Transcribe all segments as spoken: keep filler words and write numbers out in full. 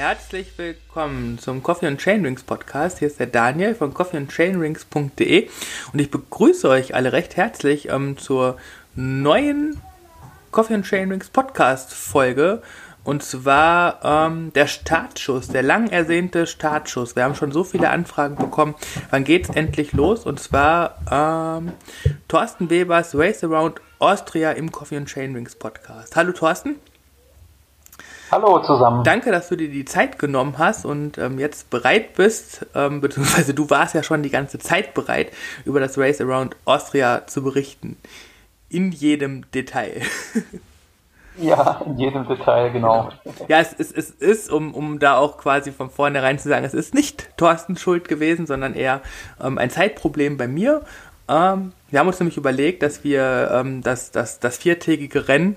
herzlich willkommen zum Coffee and Chainrings Podcast. Hier ist der Daniel von coffee and chainrings punkt de und ich begrüße euch alle recht herzlich ähm, zur neuen Coffee and Chainrings Podcast Folge. Und zwar ähm, der Startschuss, der lang ersehnte Startschuss. Wir haben schon so viele Anfragen bekommen. Wann geht's endlich los? Und zwar ähm, Thorsten Webers Race Around Austria im Coffee and Chainrings Podcast. Hallo Thorsten. Hallo zusammen. Danke, dass du dir die Zeit genommen hast und ähm, jetzt bereit bist, ähm, beziehungsweise du warst ja schon die ganze Zeit bereit, über das Race Around Austria zu berichten. In jedem Detail. Ja, in jedem Detail, genau. genau. Ja, es, es, es ist, um, um da auch quasi von vornherein zu sagen, es ist nicht Thorstens Schuld gewesen, sondern eher ähm, ein Zeitproblem bei mir. Ähm, wir haben uns nämlich überlegt, dass wir ähm, das, das, das viertägige Rennen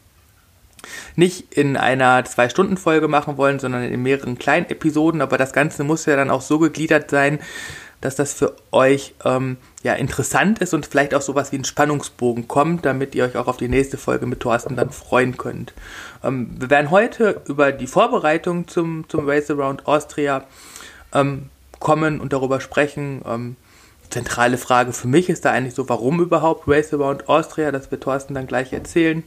nicht in einer Zwei-Stunden-Folge machen wollen, sondern in mehreren kleinen Episoden, aber das Ganze muss ja dann auch so gegliedert sein, dass das für euch ähm, ja interessant ist und vielleicht auch sowas wie ein Spannungsbogen kommt, damit ihr euch auch auf die nächste Folge mit Thorsten dann freuen könnt. Ähm, wir werden heute über die Vorbereitung zum, zum Race Around Austria ähm, kommen und darüber sprechen. Ähm, zentrale Frage für mich ist da eigentlich so, warum überhaupt Race Around Austria? Das wird Thorsten dann gleich erzählen.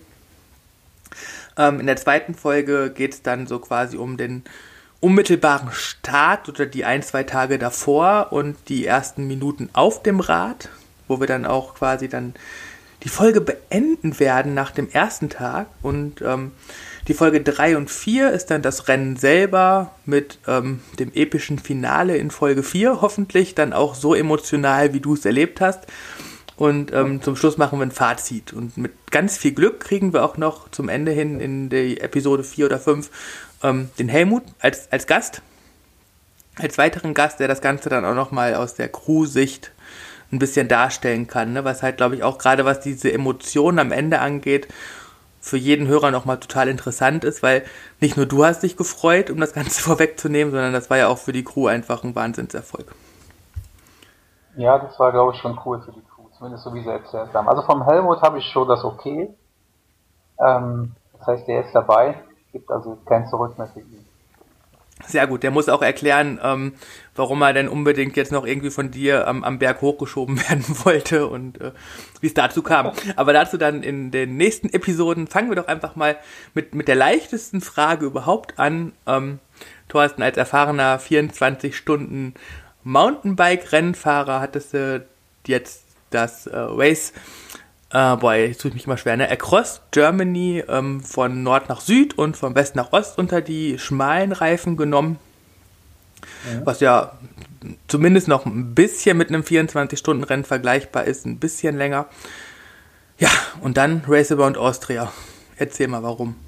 Ähm, in der zweiten Folge geht es dann so quasi um den unmittelbaren Start oder die ein, zwei Tage davor und die ersten Minuten auf dem Rad, wo wir dann auch quasi dann die Folge beenden werden nach dem ersten Tag. Und ähm, die Folge drei und vier ist dann das Rennen selber mit ähm, dem epischen Finale in Folge vier, hoffentlich dann auch so emotional, wie du es erlebt hast. Und ähm, zum Schluss machen wir ein Fazit. Und mit ganz viel Glück kriegen wir auch noch zum Ende hin in die Episode vier oder fünf ähm, den Helmut als, als Gast. Als weiteren Gast, der das Ganze dann auch nochmal aus der Crew-Sicht ein bisschen darstellen kann. Ne? Was halt, glaube ich, auch gerade was diese Emotionen am Ende angeht, für jeden Hörer nochmal total interessant ist, weil nicht nur du hast dich gefreut, um das Ganze vorwegzunehmen, sondern das war ja auch für die Crew einfach ein Wahnsinnserfolg. Ja, das war, glaube ich, schon cool für die Crew. Zumindest so, wie sie erzählt haben. Also vom Helmut habe ich schon das Okay. Ähm, das heißt, der ist dabei. Es gibt also kein Zurück mehr für ihn. Sehr gut. Der muss auch erklären, ähm, warum er denn unbedingt jetzt noch irgendwie von dir ähm, am Berg hochgeschoben werden wollte und äh, wie es dazu kam. Aber dazu dann in den nächsten Episoden. Fangen wir doch einfach mal mit, mit der leichtesten Frage überhaupt an. Ähm, Thorsten, als erfahrener vierundzwanzig Stunden Mountainbike-Rennfahrer hattest du jetzt das äh, Race, äh, boah, jetzt tue ich mich immer schwer, ne? Across Germany ähm, von Nord nach Süd und von West nach Ost unter die schmalen Reifen genommen, ja. Was ja zumindest noch ein bisschen mit einem vierundzwanzig-Stunden-Rennen vergleichbar ist, ein bisschen länger. Ja, und dann Race Around Austria. Erzähl mal, warum.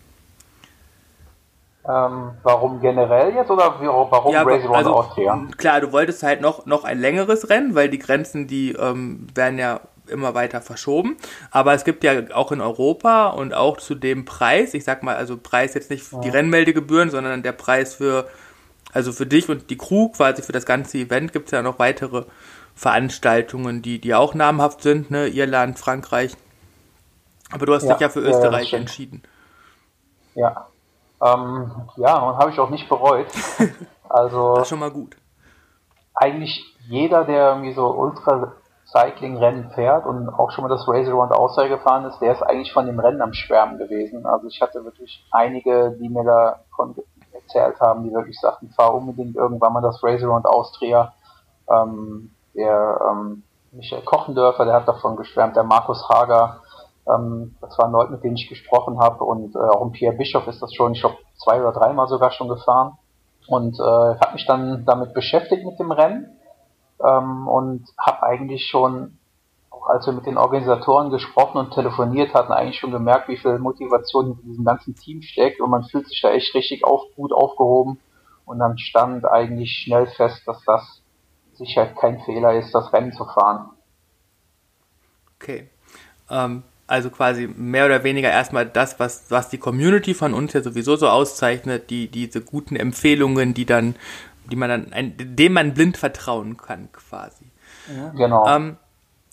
Ähm, warum generell jetzt oder warum ja, Race Around also, Austria? Klar, du wolltest halt noch, noch ein längeres Rennen, weil die Grenzen, die ähm, werden ja immer weiter verschoben. Aber es gibt ja auch in Europa und auch zu dem Preis, ich sag mal, also Preis jetzt nicht für die Rennmeldegebühren, sondern der Preis für, also für dich und die Crew, quasi für das ganze Event, gibt es ja noch weitere Veranstaltungen, die, die auch namhaft sind, ne? Irland, Frankreich. Aber du hast ja, dich ja für Österreich ja, entschieden. Ja. Ähm, ja, und habe ich auch nicht bereut. Also das ist schon mal gut. Eigentlich jeder, der irgendwie so Ultra-Cycling-Rennen fährt und auch schon mal das Race Around Austria gefahren ist, der ist eigentlich von dem Rennen am Schwärmen gewesen. Also ich hatte wirklich einige, die mir davon erzählt haben, die wirklich sagten, fahr unbedingt irgendwann mal das Race Around Austria. Ähm, der ähm, Michael Kochendörfer, der hat davon geschwärmt, der Markus Hager. Ähm, das waren Leute, mit denen ich gesprochen habe und äh, auch ein Pierre Bischoff ist das schon, ich glaube, zwei oder dreimal sogar schon gefahren und äh, habe mich dann damit beschäftigt mit dem Rennen ähm, und habe eigentlich schon, auch als wir mit den Organisatoren gesprochen und telefoniert hatten, eigentlich schon gemerkt, wie viel Motivation in diesem ganzen Team steckt und man fühlt sich da echt richtig auf, gut aufgehoben und dann stand eigentlich schnell fest, dass das sicher kein Fehler ist, das Rennen zu fahren. Okay. Ähm Also quasi mehr oder weniger erstmal das, was, was die Community von uns ja sowieso so auszeichnet, die, diese guten Empfehlungen, die dann, die man dann, ein, dem man blind vertrauen kann, quasi. Ja, genau. Ähm,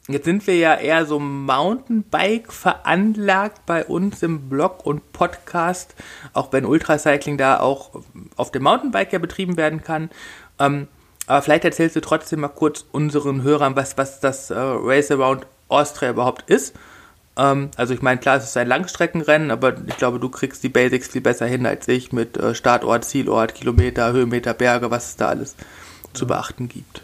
Jetzt sind wir ja eher so Mountainbike veranlagt bei uns im Blog und Podcast, auch wenn Ultracycling da auch auf dem Mountainbike ja betrieben werden kann. Ähm, aber vielleicht erzählst du trotzdem mal kurz unseren Hörern, was, was das äh, Race Around Austria überhaupt ist. Ähm, also ich meine, klar, es ist ein Langstreckenrennen, aber ich glaube, du kriegst die Basics viel besser hin als ich mit äh, Startort, Zielort, Kilometer, Höhenmeter, Berge, was es da alles zu beachten gibt.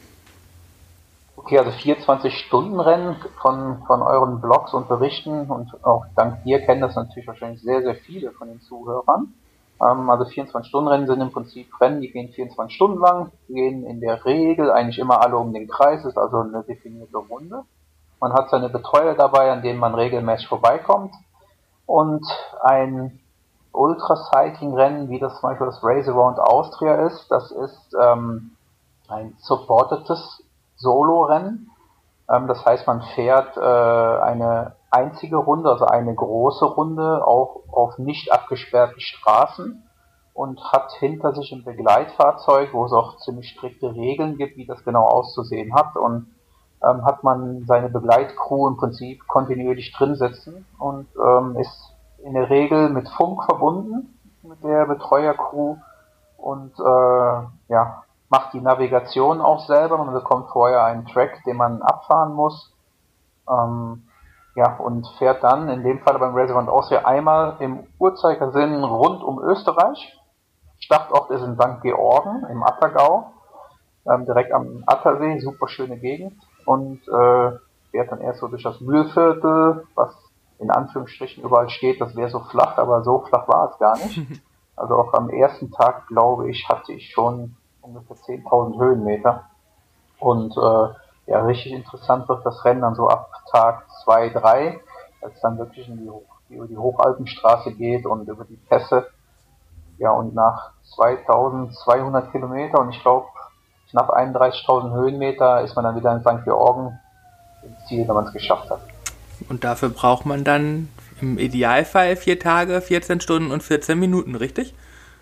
Okay, also vierundzwanzig-Stunden-Rennen von, von euren Blogs und Berichten und auch dank dir kennen das natürlich wahrscheinlich sehr, sehr viele von den Zuhörern. Ähm, also vierundzwanzig-Stunden-Rennen sind im Prinzip Rennen, die gehen vierundzwanzig Stunden lang, gehen in der Regel eigentlich immer alle um den Kreis, ist also eine definierte Runde. Man hat seine Betreuer dabei, an denen man regelmäßig vorbeikommt. Und ein Ultracycling-Rennen, wie das zum Beispiel das Race Around Austria ist, das ist ähm, ein supportetes Solo-Rennen. Ähm, das heißt, man fährt äh, eine einzige Runde, also eine große Runde, auch auf nicht abgesperrten Straßen und hat hinter sich ein Begleitfahrzeug, wo es auch ziemlich strikte Regeln gibt, wie das genau auszusehen hat. Und ähm, hat man seine Begleitcrew im Prinzip kontinuierlich drin sitzen und ähm, ist in der Regel mit Funk verbunden mit der Betreuercrew und äh, ja, macht die Navigation auch selber. Man bekommt vorher einen Track, den man abfahren muss. Ähm, ja, und fährt dann, in dem Fall beim Race Around Austria, einmal im Uhrzeigersinn rund um Österreich. Startort ist in Sankt Georgen im Attergau, ähm, direkt am Attersee, super schöne Gegend. Und äh, fährt dann erst so durch das Mühlviertel, was in Anführungsstrichen überall steht, das wäre so flach, aber so flach war es gar nicht. Also auch am ersten Tag, glaube ich, hatte ich schon ungefähr zehntausend Höhenmeter. Und äh, ja, richtig interessant wird das Rennen dann so ab Tag zwei, drei, als es dann wirklich in die, Hoch, über die Hochalpenstraße geht und über die Pässe. Ja, und nach zweitausendzweihundert Kilometer und ich glaube knapp einunddreißigtausend Höhenmeter ist man dann wieder in Sankt Georgen im Ziel, wenn man es geschafft hat. Und dafür braucht man dann im Idealfall vier Tage, vierzehn Stunden und vierzehn Minuten, richtig?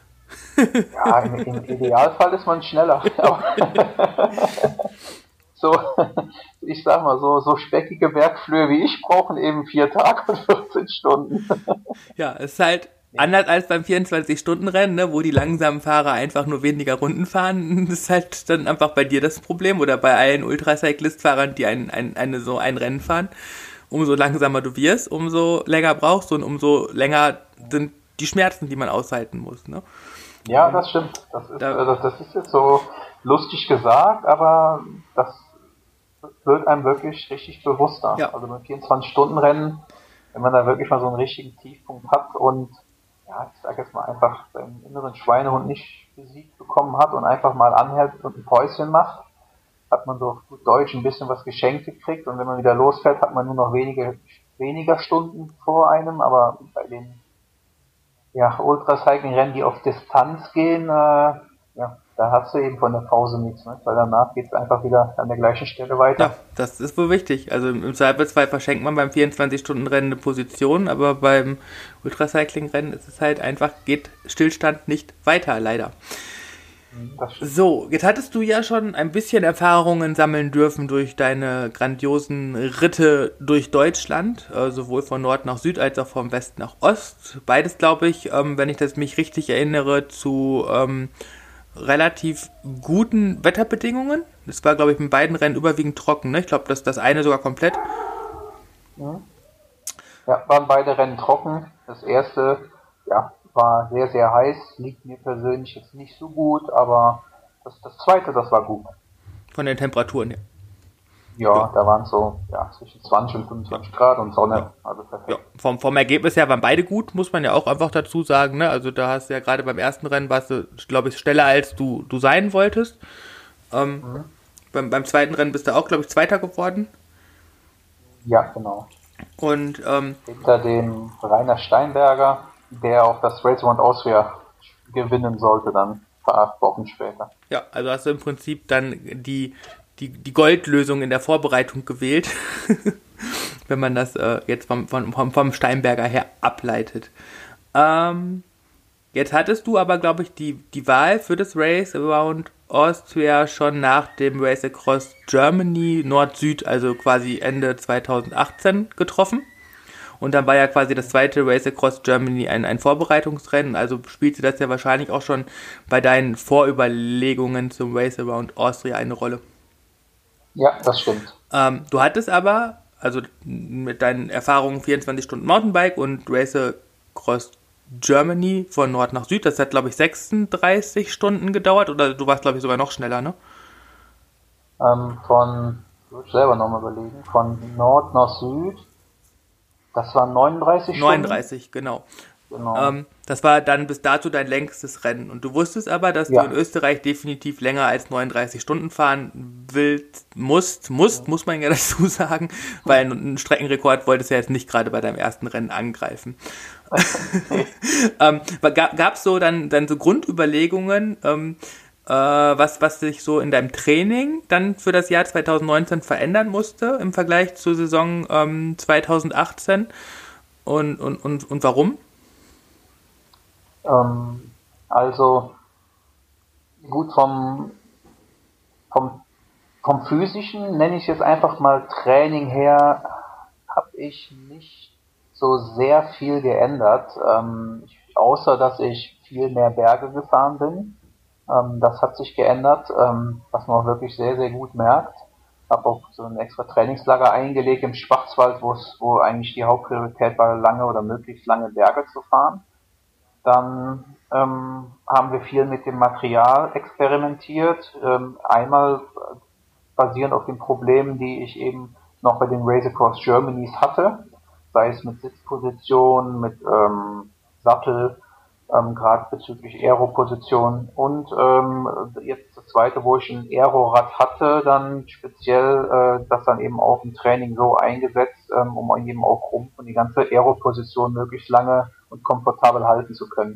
Ja, im, im Idealfall ist man schneller. so, ich sag mal, so, so speckige Bergflöhe wie ich brauchen eben vier Tage und vierzehn Stunden. Ja, es ist halt anders als beim vierundzwanzig-Stunden-Rennen, ne, wo die langsamen Fahrer einfach nur weniger Runden fahren. Das ist halt dann einfach bei dir das Problem oder bei allen Ultracyclist-Fahrern, die ein, ein, eine, so ein Rennen fahren. Umso langsamer du wirst, umso länger brauchst du und umso länger sind die Schmerzen, die man aushalten muss. Ne? Ja, das stimmt. Das ist, da, das, das ist jetzt so lustig gesagt, aber das wird einem wirklich richtig bewusster. Ja. Also beim vierundzwanzig-Stunden-Rennen, wenn man da wirklich mal so einen richtigen Tiefpunkt hat und ja, ich sag jetzt mal einfach seinen inneren Schweinehund nicht besiegt bekommen hat und einfach mal anhält und ein Päuschen macht, hat man so auf gut Deutsch ein bisschen was geschenkt gekriegt und wenn man wieder losfährt, hat man nur noch wenige, weniger Stunden vor einem, aber bei den ja, Ultracycling-Rennen, die auf Distanz gehen, äh, ja, da hast du eben von der Pause nichts, ne? Weil danach geht es einfach wieder an der gleichen Stelle weiter. Ja, das ist wohl wichtig. Also im Zweifelsfall verschenkt man beim vierundzwanzig-Stunden-Rennen eine Position, aber beim Ultracycling-Rennen ist es halt einfach, geht Stillstand nicht weiter, leider. So, jetzt hattest du ja schon ein bisschen Erfahrungen sammeln dürfen durch deine grandiosen Ritte durch Deutschland, äh, sowohl von Nord nach Süd als auch vom West nach Ost. Beides, glaube ich, ähm, wenn ich das mich richtig erinnere, zu ähm, relativ guten Wetterbedingungen. Das war, glaube ich, in beiden Rennen überwiegend trocken. Ne? Ich glaube, das, das eine sogar komplett. Ja, waren beide Rennen trocken. Das erste, ja, war sehr, sehr heiß, liegt mir persönlich jetzt nicht so gut, aber das, das zweite, das war gut. Von den Temperaturen her. Ja, ja. Da waren es so ja, zwischen zwanzig und fünfundzwanzig Grad und Sonne, ja. Also perfekt. Ja. Vom, vom Ergebnis her waren beide gut, muss man ja auch einfach dazu sagen. Ne? Also da hast du ja gerade beim ersten Rennen, warst du, glaube ich, schneller als du, du sein wolltest. Ähm, mhm. beim, beim zweiten Rennen bist du auch, glaube ich, Zweiter geworden. Ja, genau. Und ähm, hinter dem Rainer Steinberger, der auch das Race Around Austria gewinnen sollte, dann ein paar Wochen später. Ja, also hast du im Prinzip dann die, die, die Goldlösung in der Vorbereitung gewählt, wenn man das äh, jetzt vom, vom, vom Steinberger her ableitet. Ähm, jetzt hattest du aber, glaube ich, die, die Wahl für das Race Around Austria schon nach dem Race Across Germany Nord-Süd, also quasi Ende zweitausendachtzehn getroffen. Und dann war ja quasi das zweite Race Across Germany ein, ein Vorbereitungsrennen, also spielte das ja wahrscheinlich auch schon bei deinen Vorüberlegungen zum Race Around Austria eine Rolle. Ja, das stimmt. Ähm, du hattest aber, also mit deinen Erfahrungen vierundzwanzig Stunden Mountainbike und Race Across Germany von Nord nach Süd, das hat glaube ich sechsunddreißig Stunden gedauert, oder du warst glaube ich sogar noch schneller, ne? Ähm, von, ich würde selber nochmal überlegen, von Nord nach Süd, das waren neununddreißig Stunden. neununddreißig, genau. Genau. Ähm, das war dann bis dato dein längstes Rennen. Und du wusstest aber, dass Ja. du in Österreich definitiv länger als neununddreißig Stunden fahren willst, musst, musst, muss man ja dazu sagen, weil einen Streckenrekord wolltest du ja jetzt nicht gerade bei deinem ersten Rennen angreifen. ähm, Gab es so dann, dann so Grundüberlegungen, ähm, äh, was, was sich so in deinem Training dann für das Jahr zweitausendneunzehn verändern musste im Vergleich zur Saison ähm, zweitausendachtzehn und, und, und, und warum? Ähm, also gut vom, vom, vom physischen, nenne ich es jetzt einfach mal Training her, habe ich nicht so sehr viel geändert, ähm, ich, außer dass ich viel mehr Berge gefahren bin. Ähm, das hat sich geändert, ähm, was man auch wirklich sehr, sehr gut merkt. Habe auch so ein extra Trainingslager eingelegt im Schwarzwald, wo eigentlich die Hauptpriorität war, lange oder möglichst lange Berge zu fahren. Dann ähm, haben wir viel mit dem Material experimentiert. Ähm, einmal basierend auf den Problemen, die ich eben noch bei den Race Across Germanys hatte, sei es mit Sitzposition, mit ähm, Sattel, ähm, gerade bezüglich Aero-Position. Und ähm, jetzt das zweite, wo ich ein Aerorad hatte, dann speziell äh, das dann eben auch im Training so eingesetzt, ähm, um eben auch Rumpf und die ganze Aero-Position möglichst lange und komfortabel halten zu können.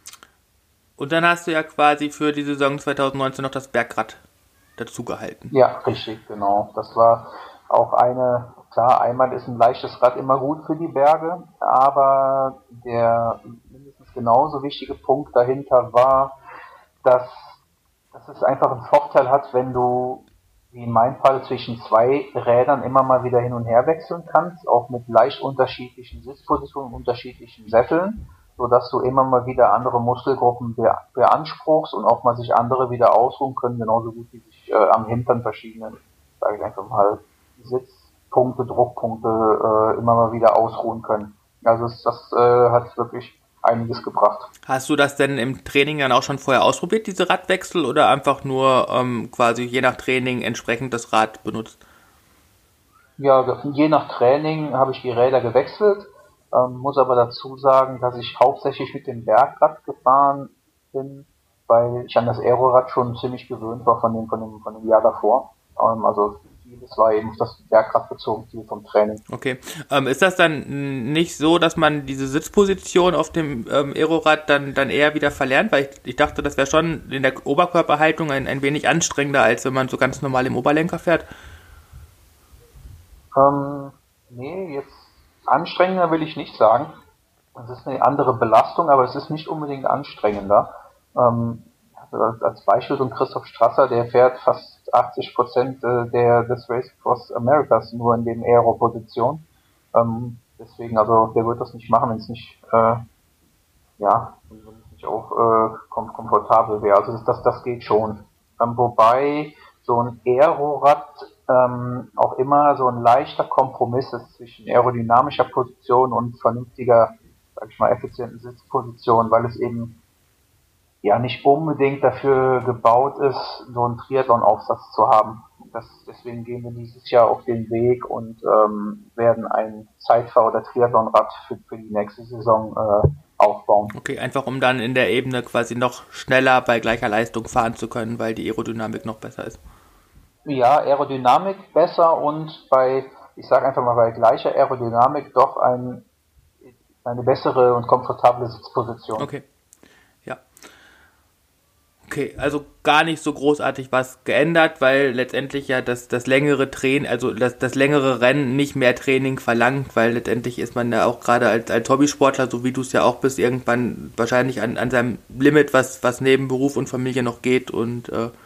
Und dann hast du ja quasi für die Saison zweitausendneunzehn noch das Bergrad dazu gehalten. Ja, richtig, genau. Das war auch eine, klar, einmal ist ein leichtes Rad immer gut für die Berge, aber der mindestens genauso wichtige Punkt dahinter war, dass, dass es einfach einen Vorteil hat, wenn du, wie in meinem Fall, zwischen zwei Rädern immer mal wieder hin und her wechseln kannst, auch mit leicht unterschiedlichen Sitzpositionen, unterschiedlichen Sätteln, sodass du immer mal wieder andere Muskelgruppen be- beanspruchst und auch mal sich andere wieder ausruhen können, genauso gut wie sich äh, am Hintern verschiedene, sage ich einfach mal, Sitzpunkte, Druckpunkte äh, immer mal wieder ausruhen können. Also es, das äh, hat wirklich einiges gebracht. Hast du das denn im Training dann auch schon vorher ausprobiert, diese Radwechsel, oder einfach nur ähm, quasi je nach Training entsprechend das Rad benutzt? Ja, je nach Training habe ich die Räder gewechselt, ähm, muss aber dazu sagen, dass ich hauptsächlich mit dem Bergrad gefahren bin, weil ich an das Aerorad schon ziemlich gewöhnt war von dem, von dem, von dem Jahr davor. Ähm, also vieles war eben auf das Bergrad bezogen, viel vom Training. Okay. Ähm, ist das dann nicht so, dass man diese Sitzposition auf dem ähm, Aerorad dann, dann eher wieder verlernt? Weil ich, ich dachte, das wäre schon in der Oberkörperhaltung ein, ein wenig anstrengender, als wenn man so ganz normal im Oberlenker fährt. Ähm, nee, jetzt anstrengender will ich nicht sagen. Es ist eine andere Belastung, aber es ist nicht unbedingt anstrengender. Ähm, also als Beispiel so ein Christoph Strasser, der fährt fast achtzig Prozent der, des Race Across Americas nur in den Aero-Position. Ähm, deswegen, also der wird das nicht machen, wenn es nicht, äh, ja, wenn es nicht auch äh, kom- komfortabel wäre. Also das, das, das geht schon. Ähm, wobei so ein Aerorad ähm, auch immer so ein leichter Kompromiss ist zwischen aerodynamischer Position und vernünftiger, sag ich mal, effizienten Sitzposition, weil es eben ja nicht unbedingt dafür gebaut ist, so einen Triathlon-Aufsatz zu haben. Das, deswegen gehen wir dieses Jahr auf den Weg und ähm, werden ein Zeitfahr- oder Triathlon-Rad für, für die nächste Saison äh, aufbauen. Okay, einfach um dann in der Ebene quasi noch schneller bei gleicher Leistung fahren zu können, weil die Aerodynamik noch besser ist. Ja, Aerodynamik besser und bei, ich sage einfach mal, bei gleicher Aerodynamik doch ein, eine bessere und komfortable Sitzposition. Okay, ja. Okay, also gar nicht so großartig was geändert, weil letztendlich ja das, das längere Training, also das, das längere Rennen nicht mehr Training verlangt, weil letztendlich ist man ja auch gerade als, als Hobbysportler, so wie du es ja auch bist, irgendwann wahrscheinlich an, an seinem Limit, was, was neben Beruf und Familie noch geht, und äh,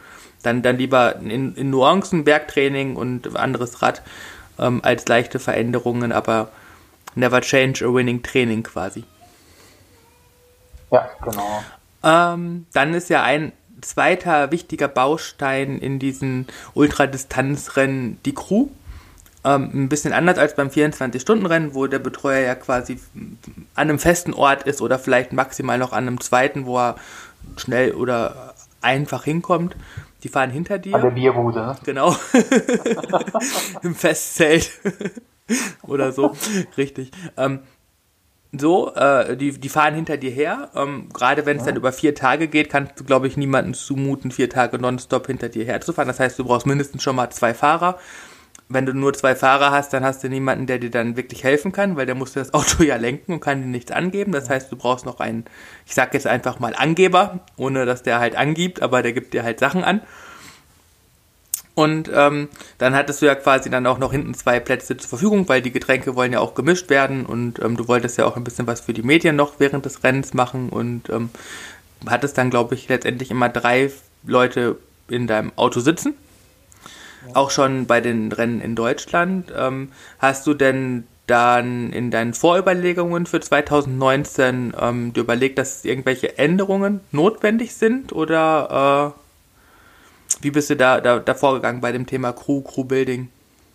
dann, dann lieber in, in Nuancen Bergtraining und anderes Rad ähm, als leichte Veränderungen, aber never change a winning Training quasi. Ja, genau. Ähm, dann ist ja ein zweiter wichtiger Baustein in diesen Ultradistanzrennen die Crew. Ähm, ein bisschen anders als beim vierundzwanzig-Stunden-Rennen, wo der Betreuer ja quasi an einem festen Ort ist oder vielleicht maximal noch an einem zweiten, wo er schnell oder einfach hinkommt. Die fahren hinter dir. An der Bierbude, ne? Genau. Im Festzelt. Oder so. Richtig. Ähm, so, äh, die, die fahren hinter dir her. Ähm, gerade wenn es ja. dann über vier Tage geht, kannst du, glaube ich, niemandem zumuten, vier Tage nonstop hinter dir herzufahren. Das heißt, du brauchst mindestens schon mal zwei Fahrer. Wenn du nur zwei Fahrer hast, dann hast du niemanden, der dir dann wirklich helfen kann, weil der muss das Auto ja lenken und kann dir nichts angeben. Das heißt, du brauchst noch einen, ich sag jetzt einfach mal Angeber, ohne dass der halt angibt, aber der gibt dir halt Sachen an. Und ähm, dann hattest du ja quasi dann auch noch hinten zwei Plätze zur Verfügung, weil die Getränke wollen ja auch gemischt werden und ähm, du wolltest ja auch ein bisschen was für die Medien noch während des Rennens machen und ähm, hattest dann, glaube ich, letztendlich immer drei Leute in deinem Auto sitzen. Auch schon bei den Rennen in Deutschland. Ähm, hast du denn dann in deinen Vorüberlegungen für zwanzig neunzehn ähm, dir überlegt, dass irgendwelche Änderungen notwendig sind? Oder äh, wie bist du da, da, da vorgegangen bei dem Thema Crew, Crew-Building?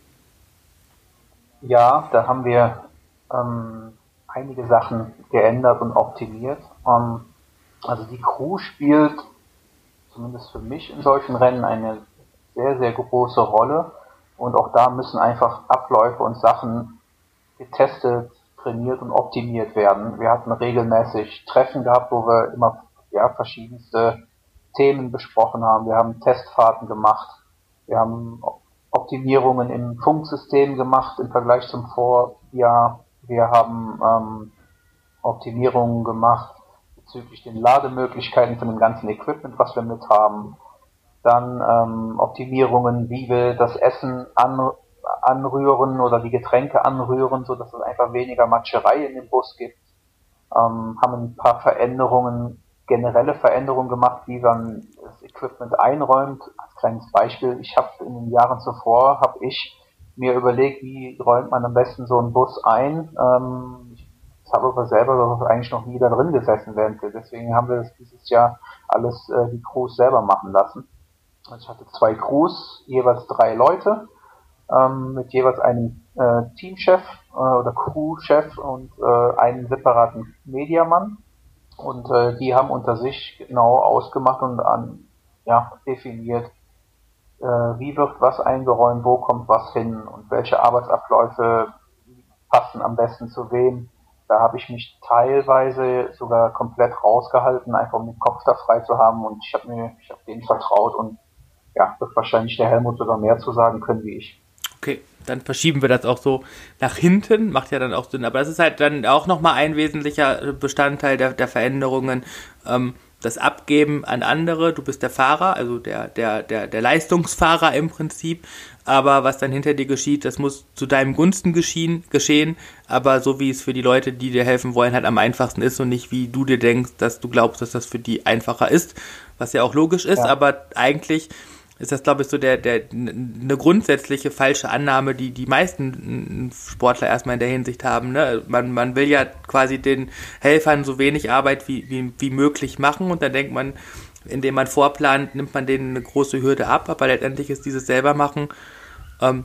Ja, da haben wir ähm, einige Sachen geändert und optimiert. Ähm, also die Crew spielt, zumindest für mich in solchen Rennen, eine sehr, sehr große Rolle und auch da müssen einfach Abläufe und Sachen getestet, trainiert und optimiert werden. Wir hatten regelmäßig Treffen gehabt, wo wir immer ja, verschiedenste Themen besprochen haben. Wir haben Testfahrten gemacht, wir haben Optimierungen im Funksystem gemacht im Vergleich zum Vorjahr. Wir haben ähm, Optimierungen gemacht bezüglich den Lademöglichkeiten von dem ganzen Equipment, was wir mit haben. Dann ähm, Optimierungen, wie wir das Essen an, anrühren oder die Getränke anrühren, so dass es einfach weniger Matscherei in dem Bus gibt. Ähm, haben ein paar Veränderungen, generelle Veränderungen gemacht, wie man das Equipment einräumt. Als kleines Beispiel, ich habe in den Jahren zuvor, habe ich mir überlegt, wie räumt man am besten so einen Bus ein. Ähm, ich habe aber selber eigentlich noch nie da drin gesessen während wir. Deswegen haben wir das dieses Jahr alles äh, die Crews selber machen lassen. Ich hatte zwei Crews, jeweils drei Leute, ähm, mit jeweils einem äh, Teamchef äh, oder Crewchef und äh, einen separaten Mediamann. Und äh, die haben unter sich genau ausgemacht und an, ja, definiert, äh, wie wird was eingeräumt, wo kommt was hin und welche Arbeitsabläufe passen am besten zu wem. Da habe ich mich teilweise sogar komplett rausgehalten, einfach um den Kopf da frei zu haben und ich habe mir, ich habe denen vertraut und ja, wird wahrscheinlich der Helmut sogar mehr zu sagen können wie ich. Okay, dann verschieben wir das auch so nach hinten, macht ja dann auch Sinn. Aber das ist halt dann auch nochmal ein wesentlicher Bestandteil der, der Veränderungen, ähm, das Abgeben an andere. Du bist der Fahrer, also der, der, der, der Leistungsfahrer im Prinzip. Aber was dann hinter dir geschieht, das muss zu deinem Gunsten geschehen, geschehen. Aber so wie es für die Leute, die dir helfen wollen, halt am einfachsten ist und nicht wie du dir denkst, dass du glaubst, dass das für die einfacher ist. Was ja auch logisch ist, ja. Aber eigentlich ist das, glaube ich, so der, der, eine grundsätzliche falsche Annahme, die die meisten Sportler erstmal in der Hinsicht haben. Ne? Man, man will ja quasi den Helfern so wenig Arbeit wie, wie, wie möglich machen und dann denkt man, indem man vorplant, nimmt man denen eine große Hürde ab, aber letztendlich ist dieses selber machen, ähm,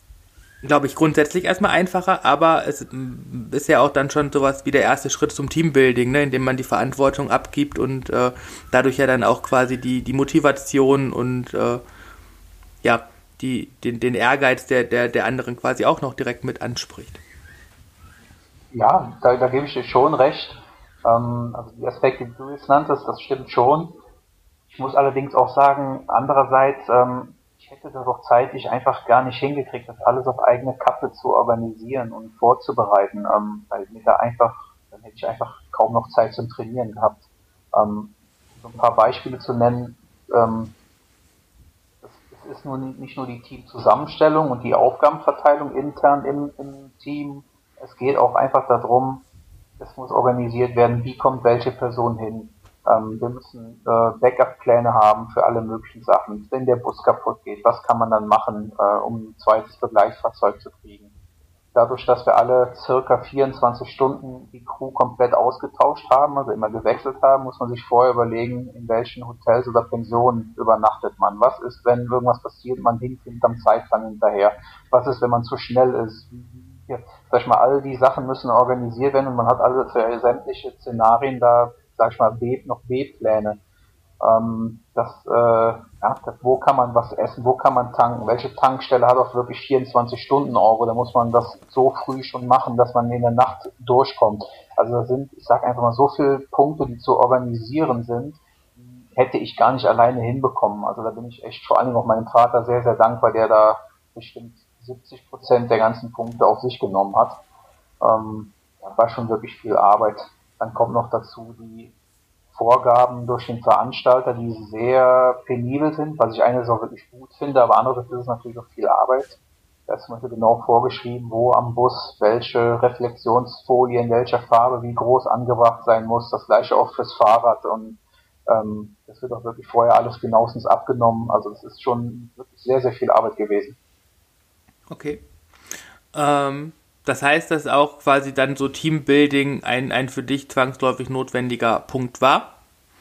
glaube ich, grundsätzlich erstmal einfacher, aber es ist ja auch dann schon sowas wie der erste Schritt zum Teambuilding, ne, indem man die Verantwortung abgibt und äh, dadurch ja dann auch quasi die, die Motivation und äh, ja, die, den, den Ehrgeiz der, der, der anderen quasi auch noch direkt mit anspricht. Ja, da, da gebe ich dir schon recht. Ähm, also die Aspekte, die du jetzt nanntest, das stimmt schon. Ich muss allerdings auch sagen, andererseits, ähm, ich hätte das auch zeitlich einfach gar nicht hingekriegt, das alles auf eigene Kappe zu organisieren und vorzubereiten, ähm, weil mir da einfach, dann hätte ich einfach kaum noch Zeit zum Trainieren gehabt. Ähm, so ein paar Beispiele zu nennen, ähm, es, es ist nur nicht nur die Teamzusammenstellung und die Aufgabenverteilung intern im, im Team, es geht auch einfach darum, es muss organisiert werden, wie kommt welche Person hin, Ähm, wir müssen äh, Backup-Pläne haben für alle möglichen Sachen. Wenn der Bus kaputt geht, was kann man dann machen, äh, um ein zweites Begleitfahrzeug zu kriegen? Dadurch, dass wir alle circa vierundzwanzig Stunden die Crew komplett ausgetauscht haben, also immer gewechselt haben, muss man sich vorher überlegen, in welchen Hotels oder Pensionen übernachtet man. Was ist, wenn irgendwas passiert, man hinkt hinterm Zeitplan hinterher? Was ist, wenn man zu schnell ist? Ja, sag ich mal, all die Sachen müssen organisiert werden und man hat also für sämtliche Szenarien da, sag ich mal, B, noch B-Pläne. Ähm, das, äh, ja, das, wo kann man was essen, wo kann man tanken, welche Tankstelle hat auch wirklich vierundzwanzig Stunden Euro, da muss man das so früh schon machen, dass man in der Nacht durchkommt. Also da sind, ich sag einfach mal, so viele Punkte, die zu organisieren sind, hätte ich gar nicht alleine hinbekommen. Also da bin ich echt vor allem auch meinem Vater sehr, sehr dankbar, der da bestimmt siebzig Prozent der ganzen Punkte auf sich genommen hat. Ähm, das war schon wirklich viel Arbeit. Dann kommt noch dazu die Vorgaben durch den Veranstalter, die sehr penibel sind, was ich einerseits auch wirklich gut finde, aber andererseits ist es natürlich auch viel Arbeit. Da ist zum Beispiel genau vorgeschrieben, wo am Bus welche Reflexionsfolie in welcher Farbe wie groß angebracht sein muss. Das gleiche auch fürs Fahrrad und ähm, das wird auch wirklich vorher alles genauestens abgenommen. Also es ist schon wirklich sehr, sehr viel Arbeit gewesen. Okay. Ähm, das heißt, dass auch quasi dann so Teambuilding ein, ein für dich zwangsläufig notwendiger Punkt war,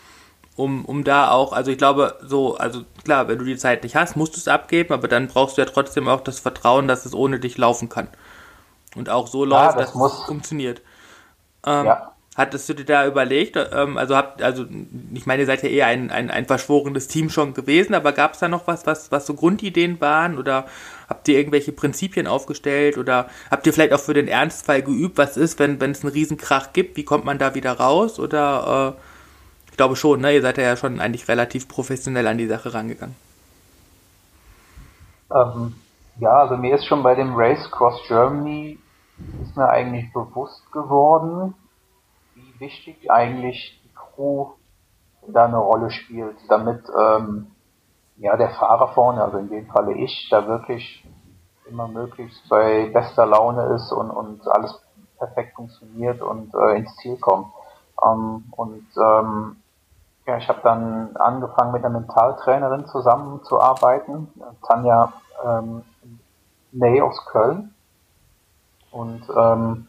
um, um da auch, also ich glaube, so, also klar, wenn du die Zeit nicht hast, musst du es abgeben, aber dann brauchst du ja trotzdem auch das Vertrauen, dass es ohne dich laufen kann. Und auch so Ja, läuft, das dass muss, es funktioniert. Ähm, ja. Hattest du dir da überlegt, ähm, also habt, also ich meine, ihr seid ja eher ein, ein, ein verschworenes Team schon gewesen, aber gab es da noch was, was, was so Grundideen waren oder habt ihr irgendwelche Prinzipien aufgestellt oder habt ihr vielleicht auch für den Ernstfall geübt, was ist, wenn wenn es einen Riesenkrach gibt, wie kommt man da wieder raus oder äh, ich glaube schon, ne, ihr seid ja schon eigentlich relativ professionell an die Sache rangegangen. Ähm, ja, also mir ist schon bei dem Race Cross Germany ist mir eigentlich bewusst geworden, wie wichtig eigentlich die Crew da eine Rolle spielt, damit ähm, ja der Fahrer vorne, also in dem Falle ich, da wirklich immer möglichst bei bester Laune ist und, und alles perfekt funktioniert und äh, ins Ziel kommt. Ähm, und ähm, ja, ich habe dann angefangen mit einer Mentaltrainerin zusammenzuarbeiten, Tanja ähm, Ney aus Köln. Und ähm,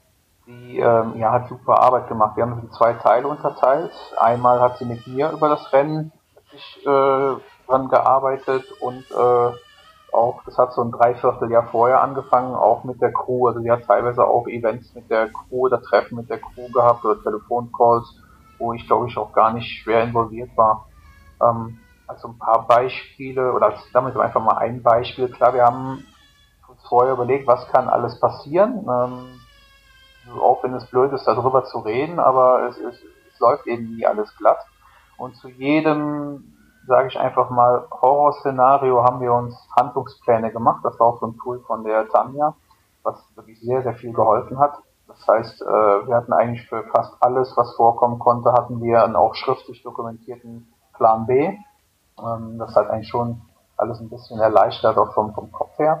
die ähm, ja, hat super Arbeit gemacht. Wir haben es in zwei Teile unterteilt. Einmal hat sie mit mir über das Rennen sich, äh, dran gearbeitet und äh, auch, das hat so ein Dreivierteljahr vorher angefangen, auch mit der Crew. Also sie hat teilweise auch Events mit der Crew oder Treffen mit der Crew gehabt oder Telefoncalls, wo ich glaube ich auch gar nicht schwer involviert war. Ähm, also ein paar Beispiele oder damit einfach mal ein Beispiel. Klar, wir haben uns vorher überlegt, was kann alles passieren. Ähm, auch wenn es blöd ist, darüber zu reden, aber es, es, es läuft eben nie alles glatt. Und zu jedem, sage ich einfach mal, Horrorszenario haben wir uns Handlungspläne gemacht. Das war auch so ein Tool von der Tanja, was wirklich sehr, sehr viel geholfen hat. Das heißt, äh, wir hatten eigentlich für fast alles, was vorkommen konnte, hatten wir einen auch schriftlich dokumentierten Plan B. Ähm, das hat eigentlich schon alles ein bisschen erleichtert, auch vom, vom Kopf her.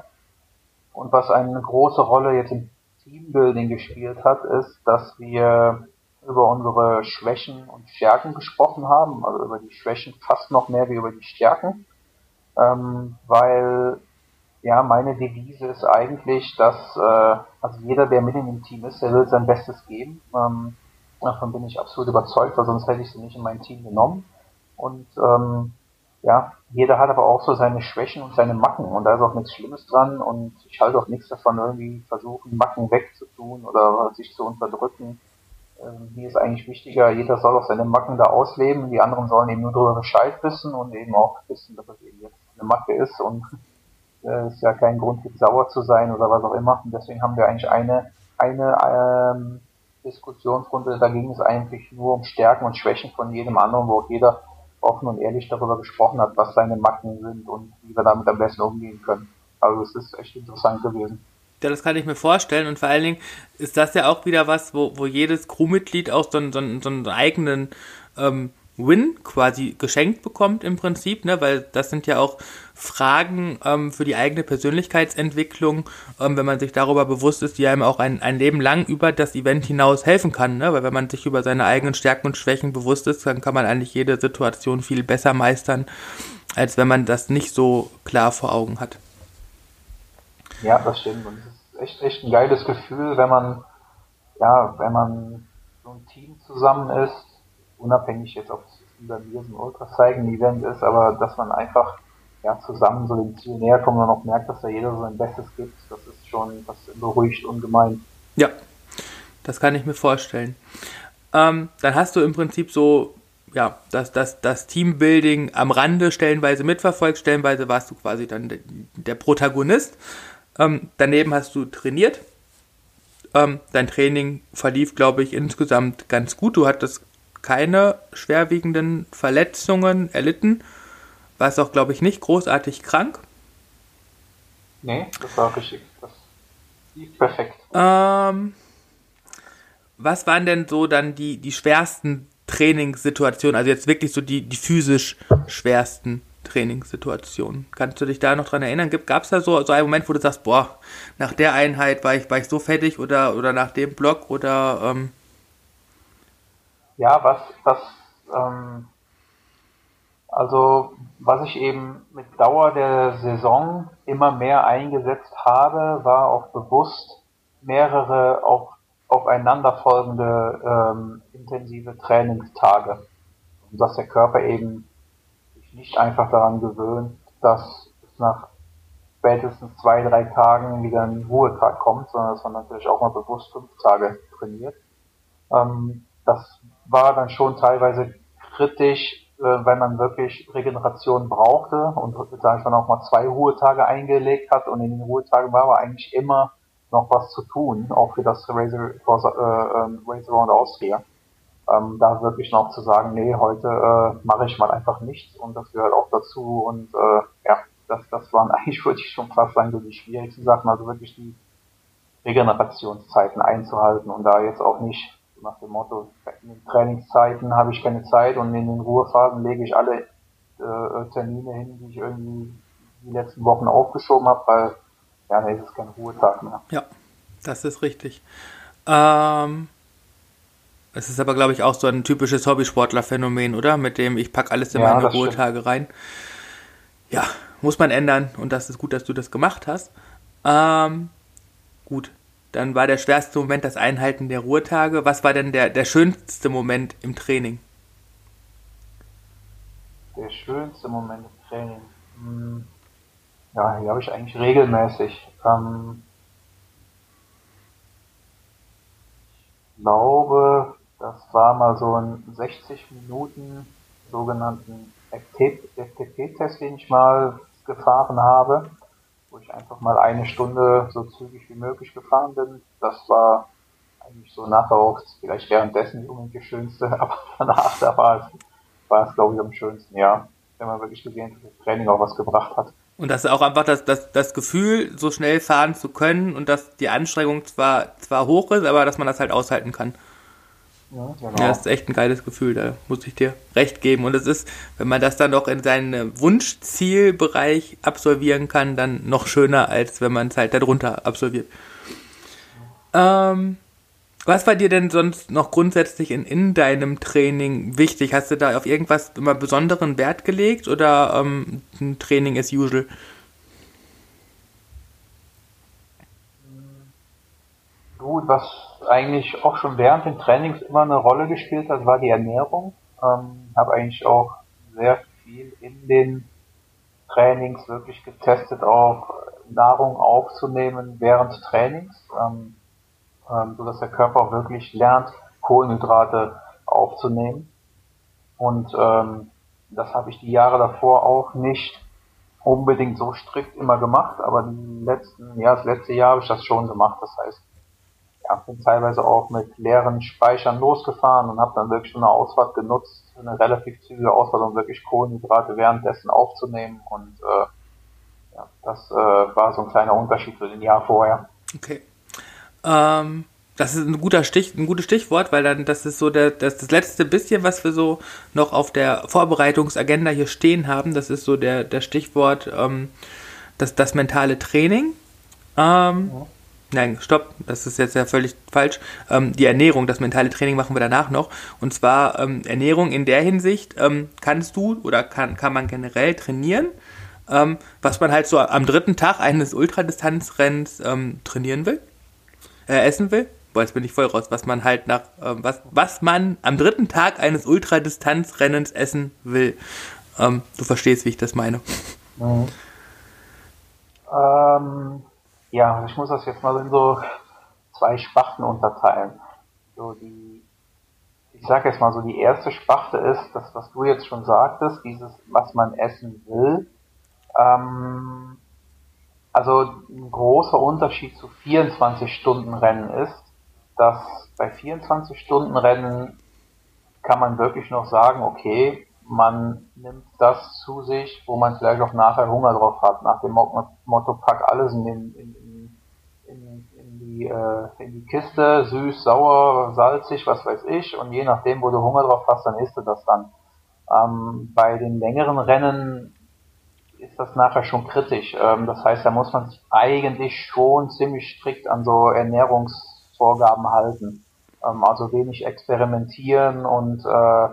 Und was eine große Rolle jetzt im Teambuilding gespielt hat, ist, dass wir über unsere Schwächen und Stärken gesprochen haben, also über die Schwächen fast noch mehr wie über die Stärken, ähm, weil ja meine Devise ist eigentlich, dass äh, also jeder, der mit in dem Team ist, der will sein Bestes geben. Ähm, davon bin ich absolut überzeugt, weil sonst hätte ich sie nicht in mein Team genommen. Und ähm, ja, jeder hat aber auch so seine Schwächen und seine Macken und da ist auch nichts Schlimmes dran und ich halte auch nichts davon, irgendwie versuchen, Macken wegzutun oder sich zu unterdrücken. Ähm, mir ist eigentlich wichtiger, jeder soll auch seine Macken da ausleben, die anderen sollen eben nur darüber Bescheid wissen und eben auch wissen, dass es eben jetzt eine Macke ist und es äh, ist ja kein Grund, jetzt sauer zu sein oder was auch immer. Und deswegen haben wir eigentlich eine, eine ähm, Diskussionsrunde, da ging es eigentlich nur um Stärken und Schwächen von jedem anderen, wo auch jeder offen und ehrlich darüber gesprochen hat, was seine Macken sind und wie wir damit am besten umgehen können. Also es ist echt interessant gewesen. Ja, das kann ich mir vorstellen und vor allen Dingen ist das ja auch wieder was, wo, wo jedes Crewmitglied auch so einen, so einen, so einen eigenen ähm, Win quasi geschenkt bekommt im Prinzip, ne, weil das sind ja auch Fragen ähm, für die eigene Persönlichkeitsentwicklung, ähm, wenn man sich darüber bewusst ist, die einem auch ein, ein Leben lang über das Event hinaus helfen kann, ne, weil wenn man sich über seine eigenen Stärken und Schwächen bewusst ist, dann kann man eigentlich jede Situation viel besser meistern, als wenn man das nicht so klar vor Augen hat. Ja, das stimmt. Und es ist echt, echt ein geiles Gefühl, wenn man, ja, wenn man so ein Team zusammen ist, unabhängig jetzt, ob es wie bei mir so ein Ultracycling-Event ist, aber dass man einfach ja, zusammen so dem Ziel näher kommt und auch merkt, dass da jeder so sein Bestes gibt, das ist schon, das beruhigt ungemein. Ja, das kann ich mir vorstellen. Ähm, dann hast du im Prinzip so, ja, das, das, das Teambuilding am Rande stellenweise mitverfolgt, stellenweise warst du quasi dann der, der Protagonist. Ähm, daneben hast du trainiert. Ähm, dein Training verlief, glaube ich, insgesamt ganz gut. Du hattest keine schwerwiegenden Verletzungen erlitten. Warst auch, glaube ich, nicht großartig krank. Nee, das war richtig. Das lief perfekt. Ähm, was waren denn so dann die, die schwersten Trainingssituationen? Also jetzt wirklich so die, die physisch schwersten Trainingssituationen. Kannst du dich da noch dran erinnern? Gab es da so, so einen Moment, wo du sagst, boah, nach der Einheit war ich, war ich so fertig oder, oder nach dem Block oder... Ähm Ja, was, was, ähm, also was ich eben mit Dauer der Saison immer mehr eingesetzt habe, war auch bewusst mehrere auf, aufeinanderfolgende ähm, intensive Trainingstage. Und dass der Körper eben sich nicht einfach daran gewöhnt, dass es nach spätestens zwei, drei Tagen wieder ein Ruhetag kommt, sondern dass man natürlich auch mal bewusst fünf Tage trainiert. Ähm, das war dann schon teilweise kritisch, äh, weil man wirklich Regeneration brauchte und sag ich mal auch mal zwei Ruhetage eingelegt hat und in den Ruhetagen war aber eigentlich immer noch was zu tun, auch für das Race, äh, Race Around Austria. Ähm, da wirklich noch zu sagen, nee, heute äh, mache ich mal einfach nichts und das gehört auch dazu und äh, ja, das, das waren eigentlich, würde ich schon fast sagen, so die schwierigsten Sachen, also wirklich die Regenerationszeiten einzuhalten und da jetzt auch nicht nach dem Motto, in den Trainingszeiten habe ich keine Zeit und in den Ruhephasen lege ich alle äh, Termine hin, die ich irgendwie die letzten Wochen aufgeschoben habe, weil ja, nee, es ist kein Ruhetag mehr. Ja, das ist richtig. Ähm, es ist aber, glaube ich, auch so ein typisches Hobbysportler-Phänomen, oder? Mit dem ich packe alles in Ja, meine das Ruhetage stimmt. rein. Ja, muss man ändern und das ist gut, dass du das gemacht hast. Ähm, gut, dann war der schwerste Moment das Einhalten der Ruhetage. Was war denn der, der schönste Moment im Training? Der schönste Moment im Training. Hm, ja, die habe ich eigentlich regelmäßig. Ähm, ich glaube, das war mal so ein sechzig Minuten sogenannten F T P-Test, den ich mal gefahren habe, wo ich einfach mal eine Stunde so zügig wie möglich gefahren bin. Das war eigentlich so nachher auch vielleicht währenddessen nicht unbedingt das Schönste, aber danach da war es, war es glaube ich am schönsten, ja. Wenn man wirklich gesehen hat, dass das Training auch was gebracht hat. Und das ist auch einfach das, das, das Gefühl, so schnell fahren zu können und dass die Anstrengung zwar, zwar hoch ist, aber dass man das halt aushalten kann. Ja, Ja, das genau. ist echt ein geiles Gefühl, da muss ich dir recht geben. Und es ist, wenn man das dann noch in seinen Wunschzielbereich absolvieren kann, dann noch schöner, als wenn man es halt darunter absolviert. Ähm, was war dir denn sonst noch grundsätzlich in, in deinem Training wichtig? Hast du da auf irgendwas immer besonderen Wert gelegt oder ähm, ein Training as usual? Gut, was eigentlich auch schon während den Trainings immer eine Rolle gespielt hat, war die Ernährung. Ähm, habe eigentlich auch sehr viel in den Trainings wirklich getestet, auch Nahrung aufzunehmen während Trainings, ähm, ähm, so dass der Körper auch wirklich lernt, Kohlenhydrate aufzunehmen. Und ähm, das habe ich die Jahre davor auch nicht unbedingt so strikt immer gemacht, aber die letzten, ja, das letzte Jahr habe ich das schon gemacht. Das heißt, ja, bin teilweise auch mit leeren Speichern losgefahren und habe dann wirklich so eine Ausfahrt genutzt, eine relativ zügige Ausfahrt, um wirklich Kohlenhydrate währenddessen aufzunehmen. Und äh, ja, das äh, war so ein kleiner Unterschied zu dem Jahr vorher. Okay. Ähm, Das ist ein guter Stich, ein gutes Stichwort, weil dann das ist so der, das, das letzte bisschen, was wir so noch auf der Vorbereitungsagenda hier stehen haben. Das ist so der, der Stichwort, ähm, das, das mentale Training. Ähm, Ja. Nein, stopp, das ist jetzt ja völlig falsch. Ähm, die Ernährung, das mentale Training machen wir danach noch. Und zwar ähm, Ernährung in der Hinsicht, ähm, kannst du oder kann, kann man generell trainieren, ähm, was man halt so am dritten Tag eines Ultradistanzrenns ähm, trainieren will, äh, essen will. Boah, jetzt bin ich voll raus, was man halt nach, ähm, was, was man am dritten Tag eines Ultradistanzrennens essen will. Ähm, du verstehst, wie ich das meine. Mhm. Ähm, ja, ich muss das jetzt mal in so zwei Sparten unterteilen. So die, ich sag jetzt mal so, die erste Sparte ist das, was du jetzt schon sagtest, dieses, was man essen will. Ähm, also ein großer Unterschied zu vierundzwanzig-Stunden-Rennen ist, dass bei vierundzwanzig-Stunden-Rennen kann man wirklich noch sagen, okay, man nimmt das zu sich, wo man vielleicht auch nachher Hunger drauf hat, nach dem Motto, pack alles in, den, in, in, in, die, äh, in die Kiste, süß, sauer, salzig, was weiß ich, und je nachdem, wo du Hunger drauf hast, dann isst du das dann. Ähm, bei den längeren Rennen ist das nachher schon kritisch. Ähm, das heißt, da muss man sich eigentlich schon ziemlich strikt an so Ernährungsvorgaben halten. Ähm, also wenig experimentieren und äh,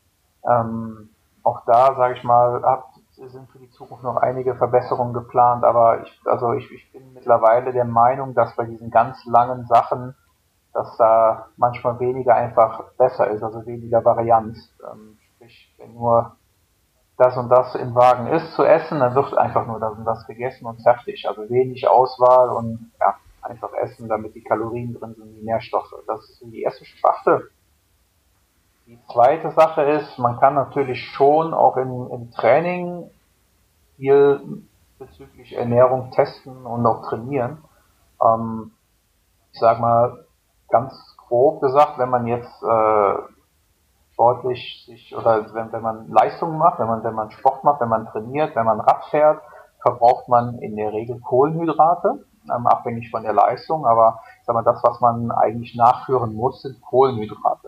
ähm, auch da, sage ich mal, hab, sind für die Zukunft noch einige Verbesserungen geplant, aber ich, also ich, ich bin mittlerweile der Meinung, dass bei diesen ganz langen Sachen, dass da manchmal weniger einfach besser ist, also weniger Varianz. Ähm, sprich, wenn nur das und das im Wagen ist zu essen, dann wird einfach nur das und das gegessen und fertig. Also wenig Auswahl und ja, einfach essen, damit die Kalorien drin sind, die Nährstoffe. Das ist so die erste Sparte. Die zweite Sache ist, man kann natürlich schon auch im, im Training viel bezüglich Ernährung testen und auch trainieren. Ähm, ich sag mal, ganz grob gesagt, wenn man jetzt äh, sportlich sich oder wenn, wenn man Leistungen macht, wenn man, wenn man Sport macht, wenn man trainiert, wenn man Rad fährt, verbraucht man in der Regel Kohlenhydrate, ähm, abhängig von der Leistung, aber ich sag mal, das, was man eigentlich nachführen muss, sind Kohlenhydrate.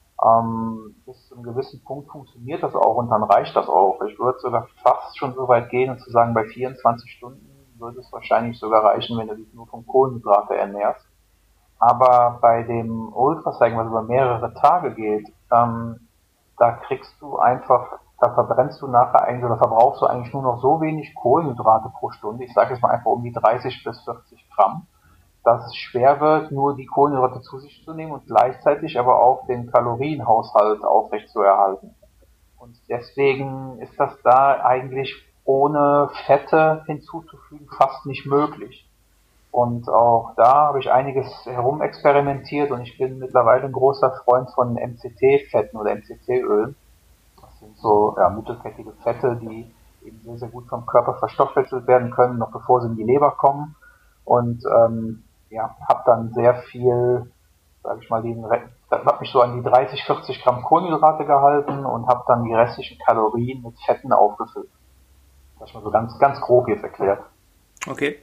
Ähm, bis zu einem gewissen Punkt funktioniert das auch und dann reicht das auch. Ich würde sogar fast schon so weit gehen und zu sagen, bei vierundzwanzig Stunden würde es wahrscheinlich sogar reichen, wenn du dich nur von Kohlenhydrate ernährst. Aber bei dem Ultracycling, was über mehrere Tage geht, ähm, da kriegst du einfach, da verbrennst du nachher eigentlich oder verbrauchst du eigentlich nur noch so wenig Kohlenhydrate pro Stunde. Ich sage jetzt mal einfach um die dreißig bis vierzig Gramm, dass es schwer wird, nur die Kohlenhydrate zu sich zu nehmen und gleichzeitig aber auch den Kalorienhaushalt aufrechtzuerhalten. Und deswegen ist das da eigentlich ohne Fette hinzuzufügen fast nicht möglich. Und auch da habe ich einiges herumexperimentiert und ich bin mittlerweile ein großer Freund von M C T-Fetten oder M C T-Ölen. Das sind so ja, mittelfettige Fette, die eben sehr, sehr gut vom Körper verstoffwechselt werden können, noch bevor sie in die Leber kommen. Und ähm, ja, habe dann sehr viel, sage ich mal, den habe mich so an die dreißig, vierzig Gramm Kohlenhydrate gehalten und habe dann die restlichen Kalorien mit Fetten aufgefüllt. Das ist mal so ganz, ganz grob jetzt erklärt. Okay.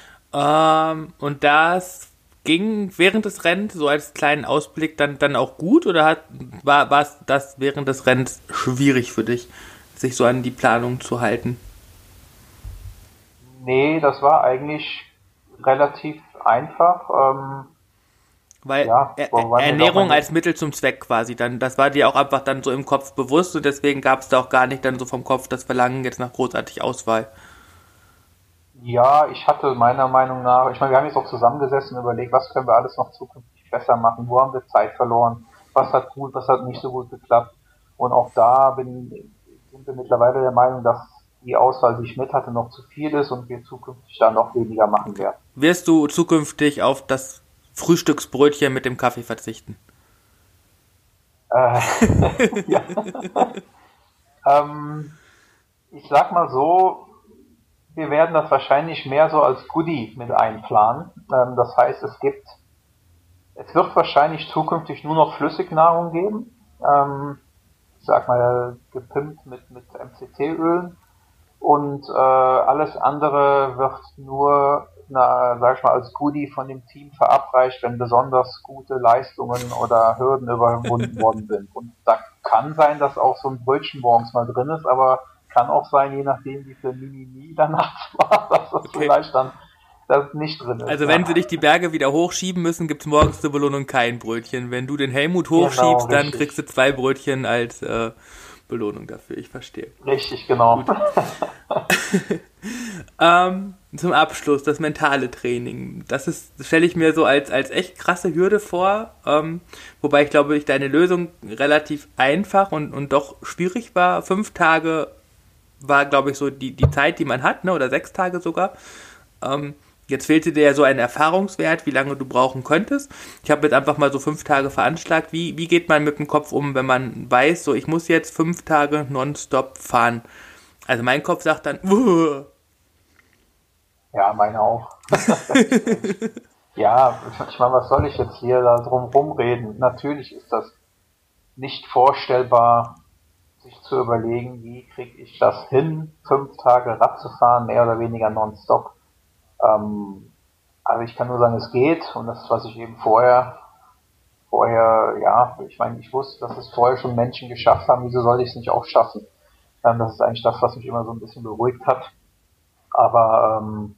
Ähm, und das ging während des Rennens, so als kleinen Ausblick, dann, dann auch gut oder hat, war, war es das während des Rennens schwierig für dich, sich so an die Planung zu halten? Nee, das war eigentlich relativ einfach. Ähm, Weil ja, er wo waren jetzt auch Ernährung meine. als Mittel zum Zweck quasi, dann, das war dir auch einfach dann so im Kopf bewusst und deswegen gab es da auch gar nicht dann so vom Kopf das Verlangen jetzt nach großartig Auswahl. Ja, ich hatte meiner Meinung nach, ich meine, wir haben jetzt auch zusammengesessen und überlegt, was können wir alles noch zukünftig besser machen, wo haben wir Zeit verloren, was hat gut, was hat nicht so gut geklappt. Und auch da bin, sind wir mittlerweile der Meinung, dass die Auswahl, die ich mit hatte, noch zu viel ist und wir zukünftig da noch weniger machen werden. Wirst du zukünftig auf das Frühstücksbrötchen mit dem Kaffee verzichten? Äh, ja. ähm, ich sag mal so, wir werden das wahrscheinlich mehr so als Goodie mit einplanen. Ähm, das heißt, es gibt, es wird wahrscheinlich zukünftig nur noch Flüssignahrung geben. Ähm, ich sag mal, gepimpt mit, mit M C T-Ölen. und äh, alles andere wird nur, na, sag ich mal, als Goodie von dem Team verabreicht, wenn besonders gute Leistungen oder Hürden überwunden worden sind. Und da kann sein, dass auch so ein Brötchen morgens mal drin ist, aber kann auch sein, je nachdem, wie viel Mimimi danach war, dass das Okay. vielleicht dann das nicht drin ist. Also ja. wenn sie dich die Berge wieder hochschieben müssen, gibt's morgens zur Belohnung kein Brötchen. Wenn du den Helmut hochschiebst, Genau, dann richtig. kriegst du zwei Brötchen als äh, Belohnung dafür. Ich verstehe. Richtig, genau. Ähm, zum Abschluss, das mentale Training. Das ist, das stelle ich mir so als, als echt krasse Hürde vor. Ähm, wobei ich glaube, ich deine Lösung relativ einfach und, und doch schwierig war. Fünf Tage war, glaube ich, so die, die Zeit, die man hat, ne? Oder sechs Tage sogar. Ähm, jetzt fehlte dir ja so ein Erfahrungswert, wie lange du brauchen könntest. Ich habe jetzt einfach mal so fünf Tage veranschlagt. Wie, wie geht man mit dem Kopf um, wenn man weiß, so ich muss jetzt fünf Tage nonstop fahren? Also mein Kopf sagt dann, Wuh. Ja, meine auch. Ja, ich meine, was soll ich jetzt hier da drum rumreden? Natürlich ist das nicht vorstellbar, sich zu überlegen, wie kriege ich das hin, fünf Tage Rad zu fahren, mehr oder weniger nonstop. Ähm, also ich kann nur sagen, es geht, und das, was ich eben vorher, vorher, ja, ich meine, ich wusste, dass es vorher schon Menschen geschafft haben, wieso sollte ich es nicht auch schaffen? Ähm, das ist eigentlich das, was mich immer so ein bisschen beruhigt hat. Aber ähm,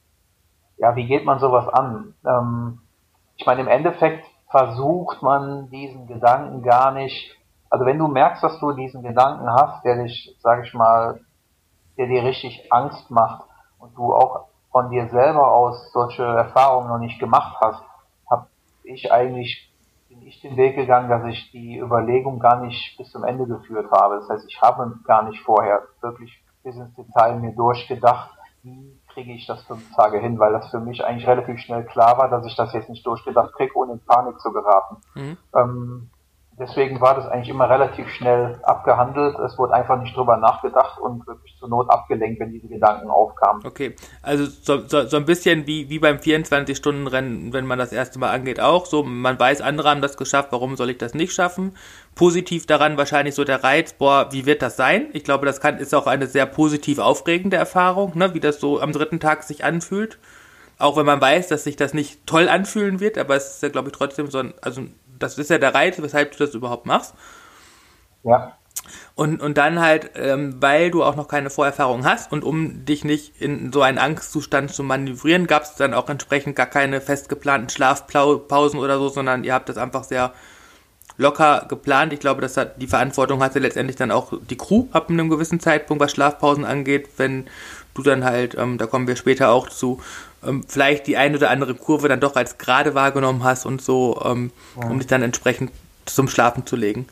ja, wie geht man sowas an? Ähm, ich meine, im Endeffekt versucht man diesen Gedanken gar nicht, also wenn du merkst, dass du diesen Gedanken hast, der dich, sag ich mal, der dir richtig Angst macht und du auch von dir selber aus solche Erfahrungen noch nicht gemacht hast, habe ich eigentlich, bin ich den Weg gegangen, dass ich die Überlegung gar nicht bis zum Ende geführt habe. Das heißt, ich habe gar nicht vorher wirklich bis ins Detail mir durchgedacht, wie kriege ich das fünf Tage hin, weil das für mich eigentlich relativ schnell klar war, dass ich das jetzt nicht durchgedacht kriege, ohne in Panik zu geraten. Mhm. Ähm, deswegen war das eigentlich immer relativ schnell abgehandelt. Es wurde einfach nicht drüber nachgedacht und wirklich zur Not abgelenkt, wenn diese Gedanken aufkamen. Okay, also so, so, so ein bisschen wie, wie beim vierundzwanzig-Stunden-Rennen, wenn man das erste Mal angeht, auch so, man weiß, andere haben das geschafft, warum soll ich das nicht schaffen? Positiv daran wahrscheinlich so der Reiz, boah, wie wird das sein? Ich glaube, das kann, ist auch eine sehr positiv aufregende Erfahrung, ne, wie das so am dritten Tag sich anfühlt. Auch wenn man weiß, dass sich das nicht toll anfühlen wird, aber es ist ja, glaube ich, trotzdem so ein, also das ist ja der Reiz, weshalb du das überhaupt machst. Ja. Und, und dann halt, ähm, weil du auch noch keine Vorerfahrung hast und um dich nicht in so einen Angstzustand zu manövrieren, gab es dann auch entsprechend gar keine fest geplanten Schlafpausen oder so, sondern ihr habt das einfach sehr locker geplant. Ich glaube, das hat, die Verantwortung hatte letztendlich dann auch die Crew ab einem gewissen Zeitpunkt, was Schlafpausen angeht, wenn du dann halt, ähm, da kommen wir später auch zu, ähm, vielleicht die ein oder andere Kurve dann doch als gerade wahrgenommen hast und so, ähm, ja. um dich dann entsprechend zum Schlafen zu legen.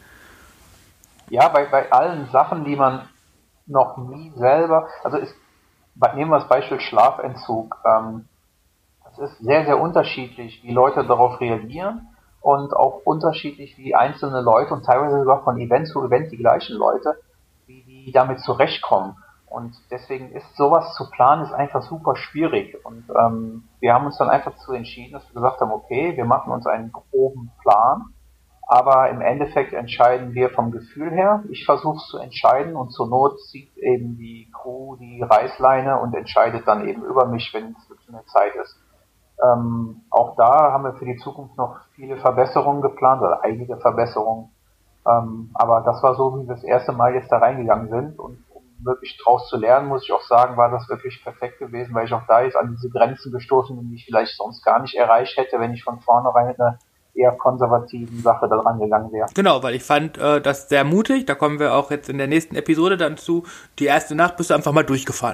Ja, bei, bei allen Sachen, die man noch nie selber, also ist, nehmen wir das Beispiel Schlafentzug, ähm, es ist sehr, sehr unterschiedlich, wie Leute darauf reagieren und auch unterschiedlich, wie einzelne Leute und teilweise sogar von Event zu Event die gleichen Leute, wie die damit zurechtkommen. Und deswegen ist sowas zu planen, ist einfach super schwierig. Und ähm, wir haben uns dann einfach dazu entschieden, dass wir gesagt haben, okay, wir machen uns einen groben Plan, aber im Endeffekt entscheiden wir vom Gefühl her. Ich versuche es zu entscheiden und zur Not zieht eben die Crew die Reißleine und entscheidet dann eben über mich, wenn es wirklich eine Zeit ist. Ähm, auch da haben wir für die Zukunft noch viele Verbesserungen geplant, oder einige Verbesserungen. Ähm, aber das war so, wie wir das erste Mal jetzt da reingegangen sind. Und um wirklich draus zu lernen, muss ich auch sagen, war das wirklich perfekt gewesen, weil ich auch da jetzt an diese Grenzen gestoßen bin, die ich vielleicht sonst gar nicht erreicht hätte, wenn ich von vornherein mit einer eher konservativen Sache da dran gegangen wäre. Genau, weil ich fand äh, das sehr mutig. Da kommen wir auch jetzt in der nächsten Episode dann zu. Die erste Nacht bist du einfach mal durchgefahren.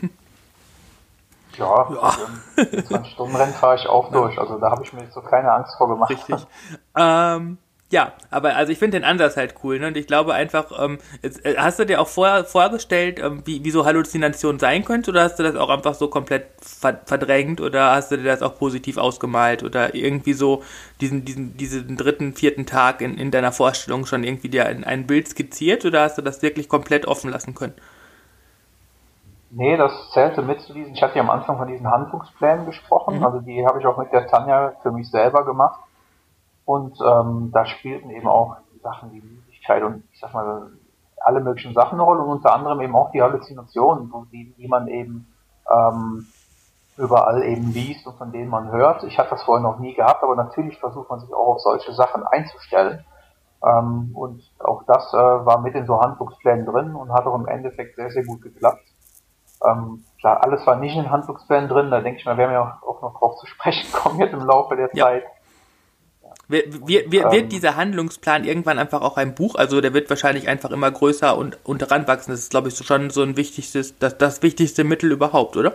Ja, ja. zwanzig Stunden Rennen fahre ich auch durch. Ja. Also da habe ich mir jetzt so keine Angst vor gemacht. Richtig. ähm, ja, aber also ich finde den Ansatz halt cool, ne? Und ich glaube einfach, ähm, jetzt, äh, hast du dir auch vorher vorgestellt, ähm, wie, wie so Halluzination sein könnte, oder hast du das auch einfach so komplett ver- verdrängt, oder hast du dir das auch positiv ausgemalt oder irgendwie so diesen, diesen, diesen dritten, vierten Tag in, in deiner Vorstellung schon irgendwie dir ein, ein Bild skizziert, oder hast du das wirklich komplett offen lassen können? Nee, das zählte mit zu diesen, ich hatte ja am Anfang von diesen Handlungsplänen gesprochen, mhm. also die habe ich auch mit der Tanja für mich selber gemacht. Und ähm, da spielten eben auch Sachen wie Müdigkeit und ich sag mal alle möglichen Sachen eine Rolle und unter anderem eben auch die Halluzinationen, die, die man eben ähm, überall eben liest und von denen man hört. Ich hatte das vorher noch nie gehabt, aber natürlich versucht man sich auch auf solche Sachen einzustellen. Ähm, und auch das äh, war mit in so Handlungsplänen drin und hat auch im Endeffekt sehr, sehr gut geklappt. Ähm, klar, alles war nicht in Handlungsplänen drin, da denke ich mal, werden wir auch, auch noch drauf zu sprechen kommen jetzt im Laufe der Ja. Zeit. Wir, wir, wir, wird dieser Handlungsplan irgendwann einfach auch ein Buch? Also der wird wahrscheinlich einfach immer größer und, und heranwachsen. Das ist, glaube ich, so schon so ein wichtigstes, das, das wichtigste Mittel überhaupt, oder?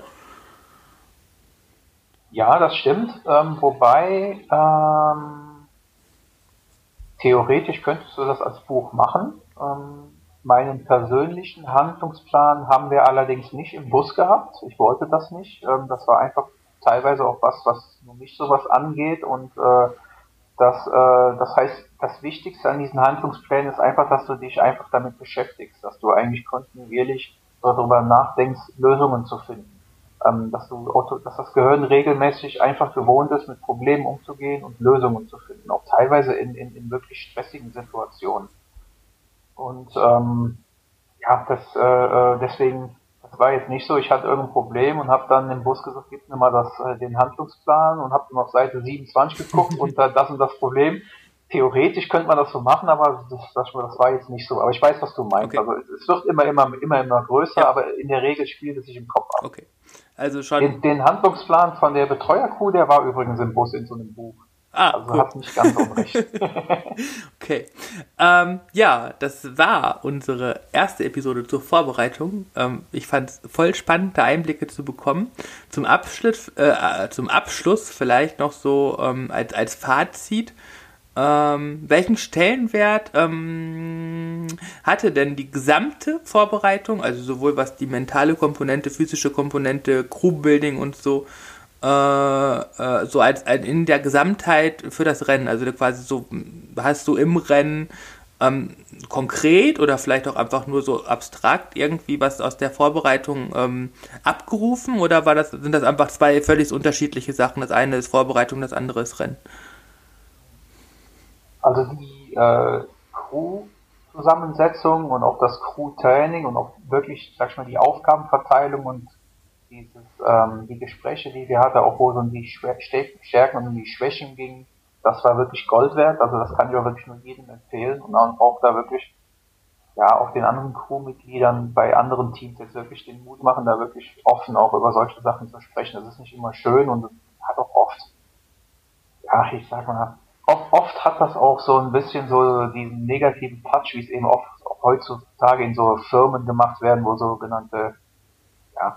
Ja, das stimmt. Ähm, wobei ähm, theoretisch könntest du das als Buch machen. Ähm, meinen persönlichen Handlungsplan haben wir allerdings nicht im Bus gehabt. Ich wollte das nicht. Ähm, das war einfach teilweise auch was, was nur mich sowas angeht und äh, Das, äh, das heißt, das Wichtigste an diesen Handlungsplänen ist einfach, dass du dich einfach damit beschäftigst, dass du eigentlich kontinuierlich darüber nachdenkst, Lösungen zu finden. Ähm, dass du, dass das Gehirn regelmäßig einfach gewohnt ist, mit Problemen umzugehen und Lösungen zu finden, auch teilweise in, in, in wirklich stressigen Situationen. Und ähm, ja, das äh, deswegen, das war jetzt nicht so, ich hatte irgendein Problem und habe dann im Bus gesagt, gib mir mal das, äh, den Handlungsplan und habe dann auf Seite siebenundzwanzig geguckt und da das und das Problem. Theoretisch könnte man das so machen, aber das, das, das war jetzt nicht so. Aber ich weiß, was du meinst. Okay. Also es wird immer, immer, immer, immer größer, ja. Aber in der Regel spielt es sich im Kopf ab. Okay. Also schon. Den, den Handlungsplan von der Betreuercrew, der war übrigens im Bus in so einem Buch. Ah, also cool. Hat nicht ganz unrecht. Okay. Ähm, ja, das war unsere erste Episode zur Vorbereitung. Ähm, ich fand es voll spannend, da Einblicke zu bekommen. Zum Abschluss, äh, zum Abschluss vielleicht noch so ähm, als, als Fazit. Ähm, welchen Stellenwert ähm, hatte denn die gesamte Vorbereitung, also sowohl was die mentale Komponente, physische Komponente, Crewbuilding und so, äh, äh, so als, als in der Gesamtheit für das Rennen, also quasi so, hast du im Rennen ähm, konkret oder vielleicht auch einfach nur so abstrakt irgendwie was aus der Vorbereitung ähm, abgerufen oder war das, sind das einfach zwei völlig unterschiedliche Sachen? Das eine ist Vorbereitung, das andere ist Rennen. Also die äh, Crew-Zusammensetzung und auch das Crew-Training und auch wirklich, sag ich mal, die Aufgabenverteilung und dieses, ähm, die Gespräche, die wir hatten, auch wo es um die Stärken und um die Schwächen ging, das war wirklich Gold wert. Also das kann ich auch wirklich nur jedem empfehlen und auch da wirklich, ja, auch den anderen Crewmitgliedern bei anderen Teams jetzt wirklich den Mut machen, da wirklich offen auch über solche Sachen zu sprechen. Das ist nicht immer schön und hat auch oft, ja, ich sag mal, oft, oft hat das auch so ein bisschen so diesen negativen Touch, wie es eben oft heutzutage in so Firmen gemacht werden, wo sogenannte, ja,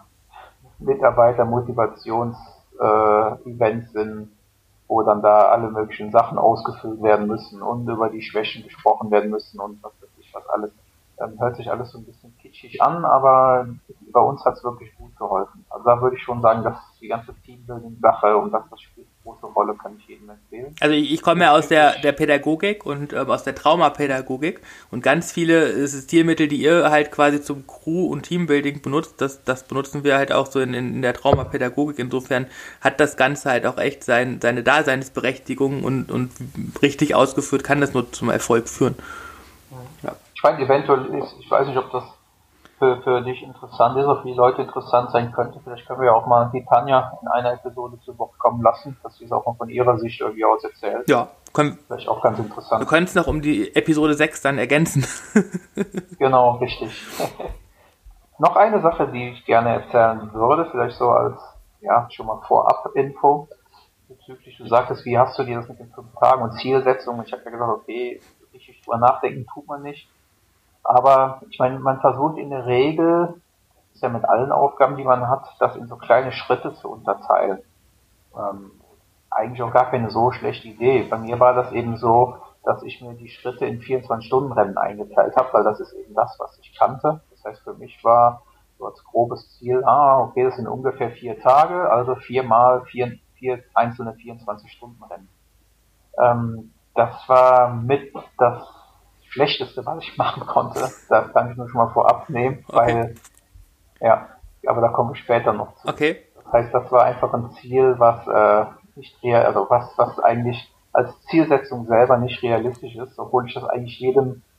Mitarbeiter-Motivations-Events äh, sind, wo dann da alle möglichen Sachen ausgefüllt werden müssen und über die Schwächen gesprochen werden müssen und was weiß ich was alles. Ähm, hört sich alles so ein bisschen kitschig an, aber bei uns hat es wirklich gut geholfen. Also da würde ich schon sagen, dass die ganze Teambuilding-Sache und das, das spielt eine große Rolle, kann ich jedem empfehlen. Also ich, ich komme ja aus der, der Pädagogik und ähm, aus der Traumapädagogik und ganz viele Stilmittel, die ihr halt quasi zum Crew- und Teambuilding benutzt, das, das benutzen wir halt auch so in, in der Traumapädagogik. Insofern hat das Ganze halt auch echt sein, seine Daseinsberechtigung und, und richtig ausgeführt kann das nur zum Erfolg führen. Ja. Ich meine, eventuell ist, ich weiß nicht, ob das für, für dich interessant ist, oder für die Leute interessant sein könnte. Vielleicht können wir ja auch mal die Tanja in einer Episode zu Wort kommen lassen, dass sie es auch mal von ihrer Sicht irgendwie aus erzählt. Ja, können, vielleicht auch ganz interessant. Wir können es noch um die Episode sechs dann ergänzen. Genau, richtig. Noch eine Sache, die ich gerne erzählen würde, vielleicht so als, ja, schon mal Vorab-Info. Bezüglich, du sagtest, wie hast du dir das mit den fünf Tagen und Zielsetzungen? Ich habe ja gesagt, okay, richtig drüber nachdenken tut man nicht. Aber ich meine, man versucht in der Regel, das ist ja mit allen Aufgaben, die man hat, das in so kleine Schritte zu unterteilen. Ähm, eigentlich auch gar keine so schlechte Idee. Bei mir war das eben so, dass ich mir die Schritte in vierundzwanzig-Stunden-Rennen eingeteilt habe, weil das ist eben das, was ich kannte. Das heißt, für mich war so als grobes Ziel, ah, okay, das sind ungefähr vier Tage, also viermal vier, vier einzelne vierundzwanzig-Stunden-Rennen. Ähm, das war mit das Schlechteste, was ich machen konnte. Das kann ich nur schon mal vorab nehmen, okay. Weil, ja, aber da komme ich später noch zu. Okay. Das heißt, das war einfach ein Ziel, was äh, nicht real, also was, was eigentlich als Zielsetzung selber nicht realistisch ist, obwohl ich das eigentlich jedem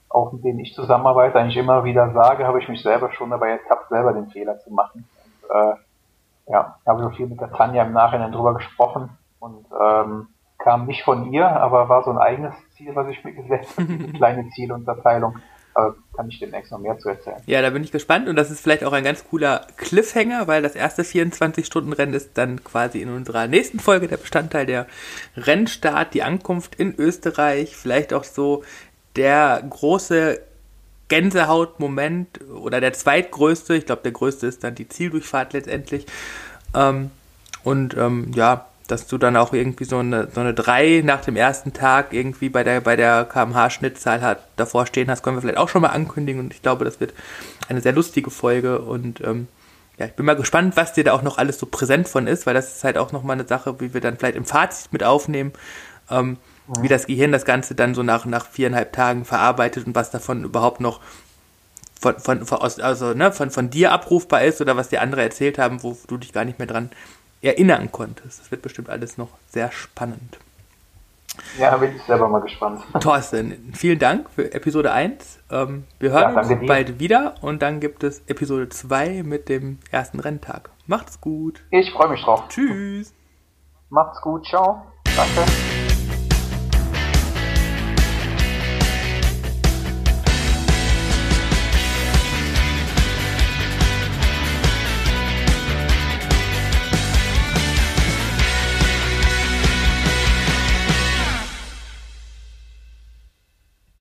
auch mit denen ich zusammenarbeite, eigentlich immer wieder sage, habe ich mich selber schon dabei ertappt, selber den Fehler zu machen. Und, äh, ja, habe so viel mit der Tanja im Nachhinein drüber gesprochen und ähm, kam nicht von ihr, aber war so ein eigenes Ziel, was ich mir gesetzt habe, eine kleine Zielunterteilung. Aber kann ich demnächst noch mehr zu erzählen. Ja, da bin ich gespannt und das ist vielleicht auch ein ganz cooler Cliffhanger, weil das erste vierundzwanzig-Stunden-Rennen ist dann quasi in unserer nächsten Folge der Bestandteil der Rennstart, die Ankunft in Österreich, vielleicht auch so der große Gänsehautmoment oder der zweitgrößte, ich glaube der größte ist dann die Zieldurchfahrt letztendlich ähm, und ähm, ja, dass du dann auch irgendwie so eine so eine drei nach dem ersten Tag irgendwie bei der bei der K M H-Schnittzahl hat, davor stehen hast, können wir vielleicht auch schon mal ankündigen und ich glaube, das wird eine sehr lustige Folge und ähm, ja, ich bin mal gespannt, was dir da auch noch alles so präsent von ist, weil das ist halt auch nochmal eine Sache, wie wir dann vielleicht im Fazit mit aufnehmen, ähm, ja. wie das Gehirn das Ganze dann so nach, nach viereinhalb Tagen verarbeitet und was davon überhaupt noch von, von, von, also, ne, von, von dir abrufbar ist oder was dir andere erzählt haben, wo du dich gar nicht mehr dran erinnern konntest. Das wird bestimmt alles noch sehr spannend. Ja, bin ich selber mal gespannt. Thorsten, vielen Dank für Episode eins. Ähm, wir hören ja, uns bald wieder und dann gibt es Episode zwei mit dem ersten Renntag. Macht's gut. Ich freue mich drauf. Tschüss. Macht's gut. Ciao. Danke.